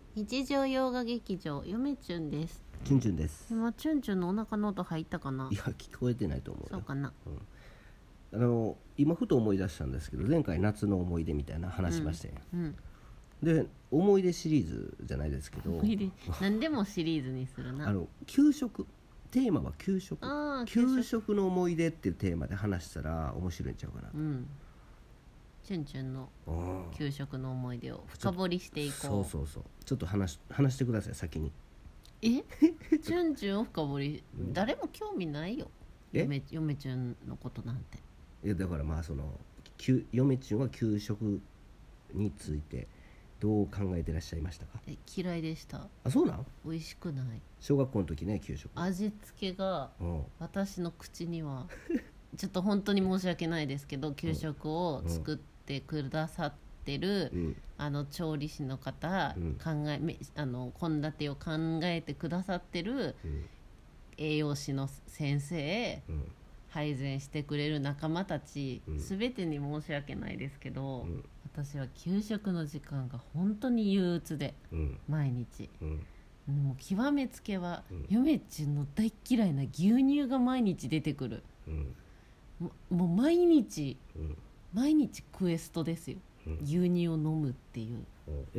日常洋画劇場よめちゅんです。 チュンチュンです。 今チュンチュンのお腹の音入ったかな。 いや聞こえてないと思うよ。 そうかな、 今ふと思い出したんですけど、前回夏の思い出みたいな話しましたよ、で思い出シリーズじゃないですけど思い出何でもシリーズにするな。 給食テーマは給食給食の思い出っていうテーマで話したら面白いんちゃうかなと、 チュンチュンの給食の思い出を深掘りしていこう。 そうちょっと話してください先に。 チュンチュンを深掘り、誰も興味ないよ。よめチュンのことなんて。 いやだからまあよめちゅんは給食についてどう考えてらっしゃいましたか？ 嫌いでした。 あ、そうなん？ 美味しくない。 小学校の時ね、給食味付けが私の口にはちょっと本当に申し訳ないですけど、給食を作ってくださってる、調理師の方、献立を考えてくださってる、栄養士の先生、配膳してくれる仲間たち、全てに申し訳ないですけど、私は給食の時間が本当に憂鬱で、毎日、もう極めつけは、よめちゅんの大嫌いな牛乳が毎日出てくる、もう毎日クエストですよ、牛乳を飲むっていう。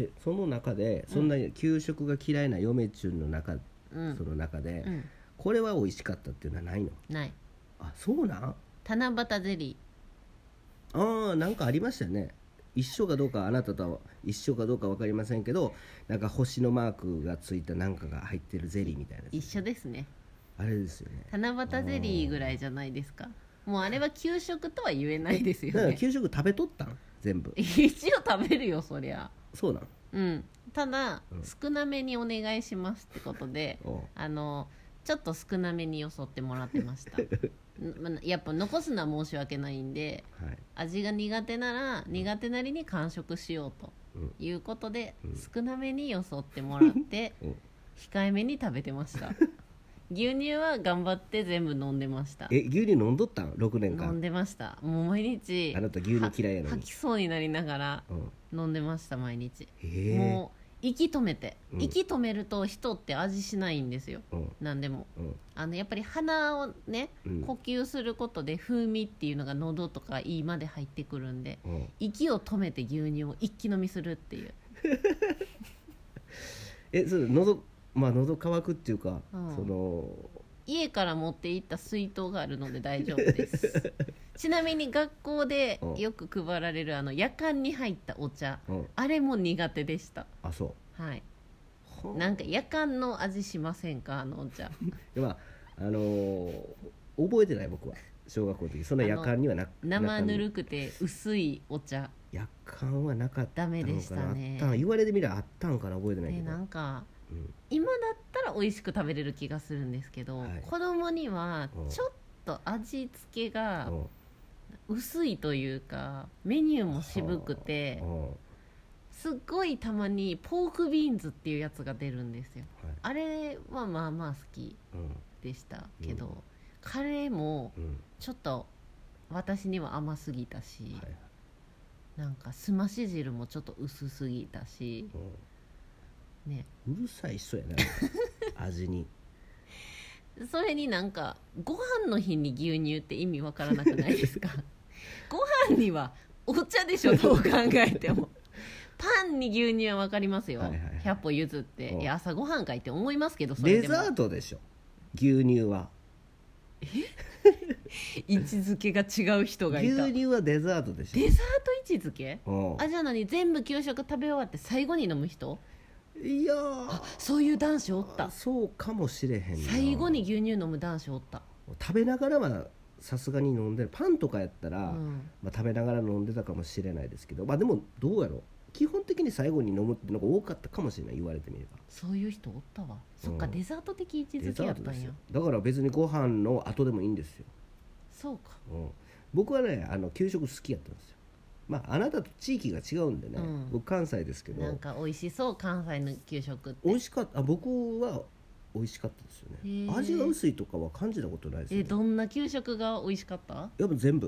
その中でそんな給食が嫌いなよめちゅんの中、その中で、これは美味しかったっていうのはないの？ ない。 あ、そうなん？ 七夕ゼリー。なんかありましたよね。一緒かどうか、あなたと一緒かどうか分かりませんけど、なんか星のマークがついたなんかが入ってるゼリーみたいな、 一緒ですね。 あれですよね。 七夕ゼリーぐらいじゃないですか。もうあれは給食とは言えないですよね。 だから給食食べとったん？全部一応食べるよ、そりゃ。 そうなん？ ただ、少なめにお願いしますってことで、ちょっと少なめによそってもらってましたやっぱ残すのは申し訳ないんで、味が苦手なら苦手なりに完食しようということで、少なめによそってもらって、控えめに食べてました牛乳は頑張って全部飲んでました。 牛乳飲んどったん？6年間飲んでました。もう毎日、 あなた牛乳嫌いやのに吐きそうになりながら飲んでました、毎日。もう息止めると人って味しないんですよ、何でも、やっぱり鼻をね、呼吸することで風味っていうのが喉とか胃まで入ってくるんで、息を止めて牛乳を一気飲みするっていうそれ喉乾くっていうか、 家から持って行った水筒があるので大丈夫ですちなみに学校でよく配られる夜間に入ったお茶、あれも苦手でした。 あ、そう。 はい。なんか夜間の味しませんか、あのお茶覚えてない。僕は小学校の時そんな夜間には生ぬるくて薄いお茶、 夜間はなかったのかな。 ダメでしたね。 言われてみればあったんかな、覚えてないけど、 なんか、今だったら美味しく食べれる気がするんですけど、子供にはちょっと味付けが薄いというか、メニューも渋くて、すっごいたまにポークビーンズっていうやつが出るんですよ、あれはまあまあ好きでしたけど、カレーもちょっと私には甘すぎたし、なんかすまし汁もちょっと薄すぎたし、ね、 うるさい人やな味に。 それになんかご飯の日に牛乳って意味わからなくないですかご飯にはお茶でしょ、どう考えてもパンに牛乳はわかりますよ、100歩譲って。いや、朝ごはんかいって思いますけど、それでもデザートでしょ牛乳は。 位置づけが違う人がいた。 牛乳はデザートでしょ。 デザート位置づけ？じゃあ何、全部給食食べ終わって最後に飲む人？ いやそういう男子おった。 そうかもしれへんな。 最後に牛乳飲む男子おった。 食べながらはさすがに飲んでる。パンとかやったら、食べながら飲んでたかもしれないですけど、でもどうやろ、基本的に最後に飲むってのが多かったかもしれない、言われてみれば。 そういう人おったわ。そっか、デザート的位置づけやったんや。 だから別にご飯の後でもいいんですよ。 そうか、 僕はね、給食好きやったんですよ。あなたと地域が違うんでね、僕関西ですけど、 なんか美味しそう、関西の給食って。 美味しかった。僕は美味しかったですよね。味が薄いとかは感じたことないですよね。 どんな給食が美味しかった？ やっぱ全部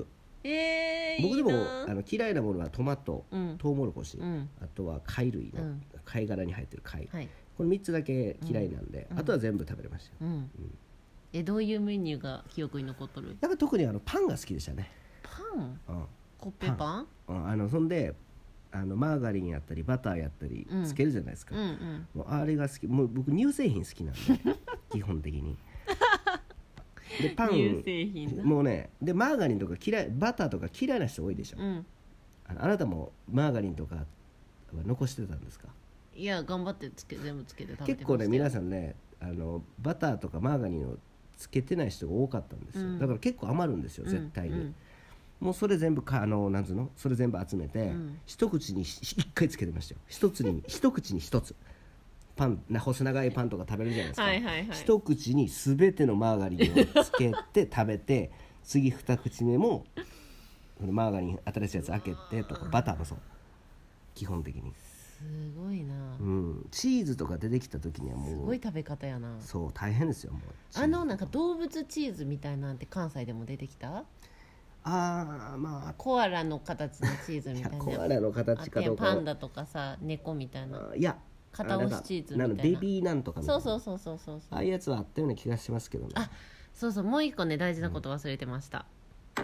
僕でもいいな嫌いなものはトマト、トウモロコシ、 うんあとは貝類の、貝殻に入ってる貝、 はいこの3つだけ嫌いなんで、あとは全部食べれました、 どういうメニューが記憶に残っとる？ やっぱ特にパンが好きでしたね。 パン、コッペパン、 そんでマーガリンやったりバターやったりつけるじゃないですか、もうあれが好き。もう僕乳製品好きなんで基本的にでパン乳製品もうねでマーガリンとか嫌い、バターとか嫌いな人多いでしょ、あなたもマーガリンとかは残してたんですか？ いや頑張って全部つけて食べてましたよ。 結構ね皆さんねバターとかマーガリンをつけてない人が多かったんですよ、だから結構余るんですよ絶対に、もうそれ全部なんつうの、それ全部集めて、一口に一回つけてましたよ。一口に一つパン細長いパンとか食べるじゃないですか、一口に全てのマーガリンをつけて食べて次二口目もマーガリン新しいやつ開けてとか、バターもそう基本的にすごいな、 チーズとか出てきた時にはもうすごい食べ方やな。 そう大変ですよ。もうなんか動物チーズみたいなんて関西でも出てきた？ まあコアラの形のチーズみたいな。 コアラの形かどうかパンダとかさ猫みたいな。 いや片押しチーズみたいな。 ベビーなんとかみたいな。 そうああいうやつはあったような気がしますけどね。 そうもう一個ね大事なこと忘れてました、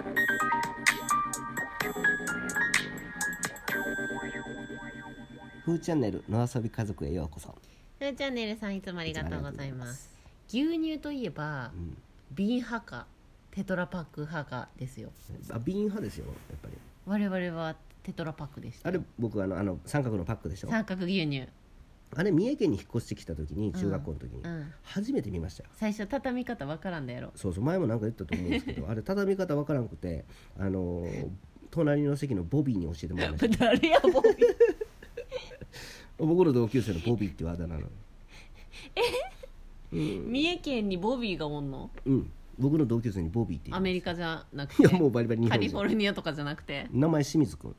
ふーチャンネルの遊び家族へようこそ。 ふーチャンネルさんいつもありがとうございます。牛乳といえば、瓶派かテトラパック派かですよ。 瓶派ですよやっぱり。 我々はテトラパックでした。 あれ僕三角のパックでしょ。 三角牛乳。 あれ三重県に引っ越してきた時に中学校の時に、初めて見ましたよ。 最初畳み方わからんだやろ。 そう前もなんか言ったと思うんですけどあれ畳み方わからんくて隣の席のボビーに教えてもらいました。 誰やボビー僕の同級生のボビーっていうあだ名なの。 三重県にボビーがおんの？ 僕の同級生にボビーって言う。 アメリカじゃなくて、 いやもうバリバリ日本人。 カリフォルニアとかじゃなくて名前清水君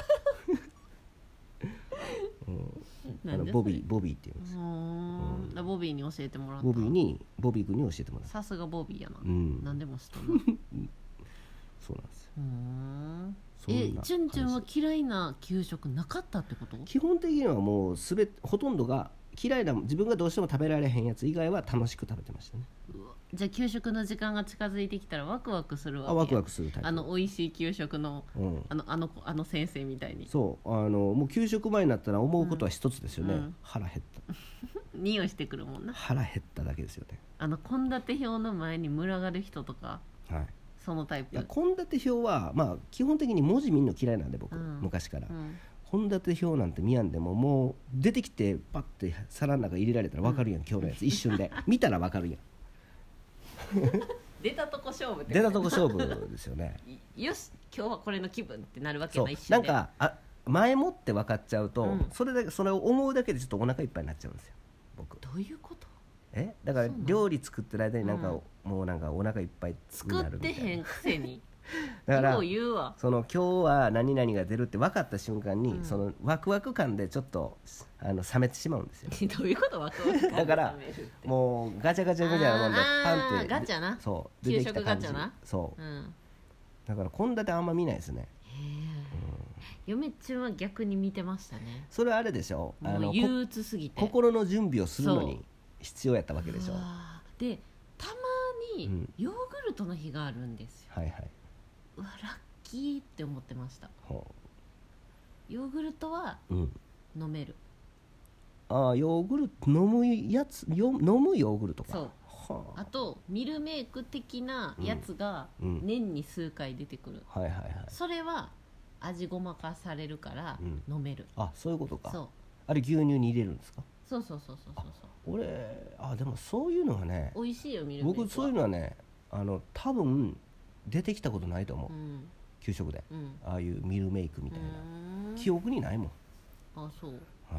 ボビーって言うんですよ。 ボビーに教えてもらった。 ボビー君に教えてもらった。 さすがボビーやな、何でも知っとんなそうなんですよ。 チュンチュンは嫌いな給食なかったってこと？ 基本的にはもうほとんどが嫌いな、自分がどうしても食べられへんやつ以外は楽しく食べてましたね。 じゃあ給食の時間が近づいてきたらワクワクするわけや。 ワクワクするタイプ。 美味しい給食の、あの先生みたいに。 そうもう給食前になったら思うことは一つですよね、腹減った匂いしてくるもんな。 腹減っただけですよね。 献立表の前に群がる人とか、そのタイプ。 献立表は基本的に文字見るの嫌いなんで僕、昔から、献立表なんて見やんでももう出てきてパッて皿の中入れられたら分かるやん、今日のやつ一瞬で見たら分かるやん出たとこ勝負って、 出たとこ勝負ですよねよし今日はこれの気分ってなるわけな一瞬で。なんか前もって分かっちゃうと、それを思うだけでちょっとお腹いっぱいになっちゃうんですよ僕。 どういうこと？ だから料理作ってる間にもうなんかお腹いっぱいになるみたいな。 作ってへんくせにだからよう言うわ。 今日は何々が出るって分かった瞬間に、そのワクワク感でちょっと冷めてしまうんですよどういうこと？ワクワク感だからもうガチャガチャみたいなもんでパンってガチャな。 そう出てきた感じ。 給食ガチャな。 そう、だから献立あんま見ないですね。 嫁中は逆に見てましたね。 それはあれでしょ、 もう憂鬱すぎて心の準備をするのに必要やったわけでしょ。 でたまにヨーグルトの日があるんですよ、うわラッキーって思ってました。ヨーグルトは飲める、 ヨーグルト飲むやつ飲むヨーグルトか。 そうあとミルメイク的なやつが年に数回出てくる、それは味ごまかされるから飲める、 そういうことか。 そうあれ牛乳に入れるんですか？ そう俺でもそういうのはね美味しいよミルメイクは。 僕そういうのはね多分出てきたことないと思う、給食で、ああいうミルメイクみたいな記憶にないもん。 そう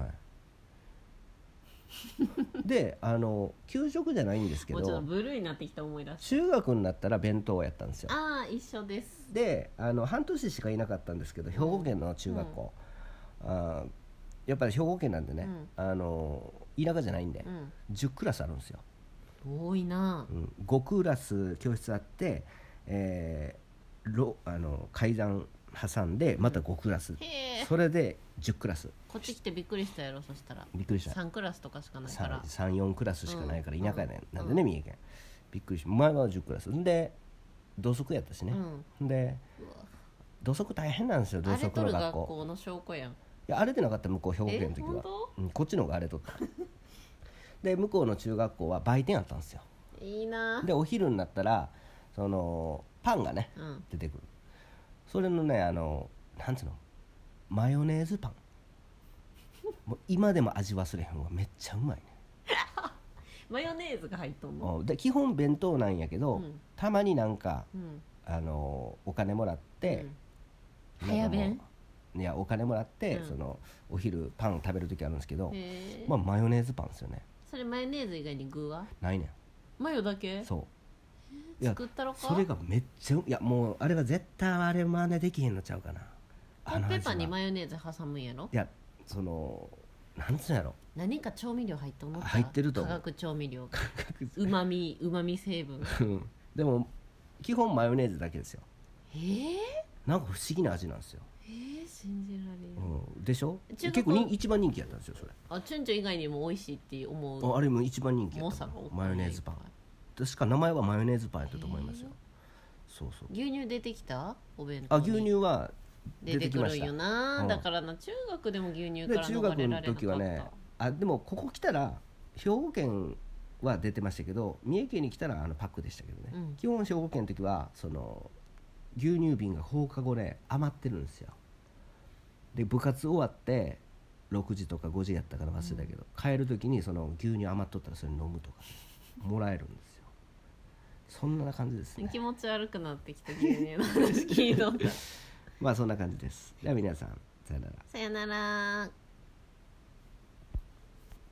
で給食じゃないんですけど、 もうちょっとブルーになってきた思い出す。 中学になったら弁当をやったんですよ。 一緒です。 で半年しかいなかったんですけど、兵庫県の中学校、やっぱり兵庫県なんでね、田舎じゃないんで、10クラスあるんですよ。 多いな、 5クラス教室あって、 階段挟んでまた5クラス、それで10クラス。 こっち来てびっくりしたやろ。そしたらびっくりした。 3クラスとかしかないから、 34クラスしかないから田舎やね、なんでね、三重県びっくりし、前は10クラスで同側やったしね、で同側大変なんですよ。同側の学校、 あれとる学校の証拠やん。 いや荒れてなかった、向こう兵庫県の時は、こっちの方が荒れとったで向こうの中学校は売店あったんですよ。 いいな。 でお昼になったらそのパンがね、出てくる。それのねなんつうの、マヨネーズパンもう今でも味忘れへんわ、めっちゃうまいねマヨネーズが入っとんの。 で基本弁当なんやけど、たまになんか、お金もらって、 早弁、 いやお金もらって、そのお昼パン食べる時あるんですけど、まあマヨネーズパンですよね。 それマヨネーズ以外に具はないねん。 マヨだけ。 そう作ったろか。 それがめっちゃ、いやもうあれは絶対あれ真似できへんのちゃうかな。 コッペパンにマヨネーズ挟むんやろ。 いやそのなんつうんやろ、 何か調味料入って思った。 入ってると思う。 化学調味料がうまみ成分でも基本マヨネーズだけですよ。なんか不思議な味なんですよ。 信じられる、 でしょ。結構一番人気やったんですよそれ。 チュンチュン以外にも美味しいって思う。 あれも一番人気やったマヨネーズパン。確か名前はマヨネーズパンやったと思いますよ。そうそう。 牛乳出てきたお弁当に。 牛乳は出てきました。 出てくるんよな、だからな、中学でも牛乳から逃れられなかった。 中学の時はね、でもここ来たら兵庫県は出てましたけど、三重県に来たらパックでしたけどね、基本兵庫県の時はその牛乳瓶が放課後ね余ってるんですよ。で部活終わって6時とか5時やったから忘れたけど、帰る時にその牛乳余っとったらそれ飲むとかもらえるんですよ。そんな感じですね。 気持ち悪くなってきた牛乳の話聞いとったまあそんな感じです。では皆さんさよなら。 さよなら。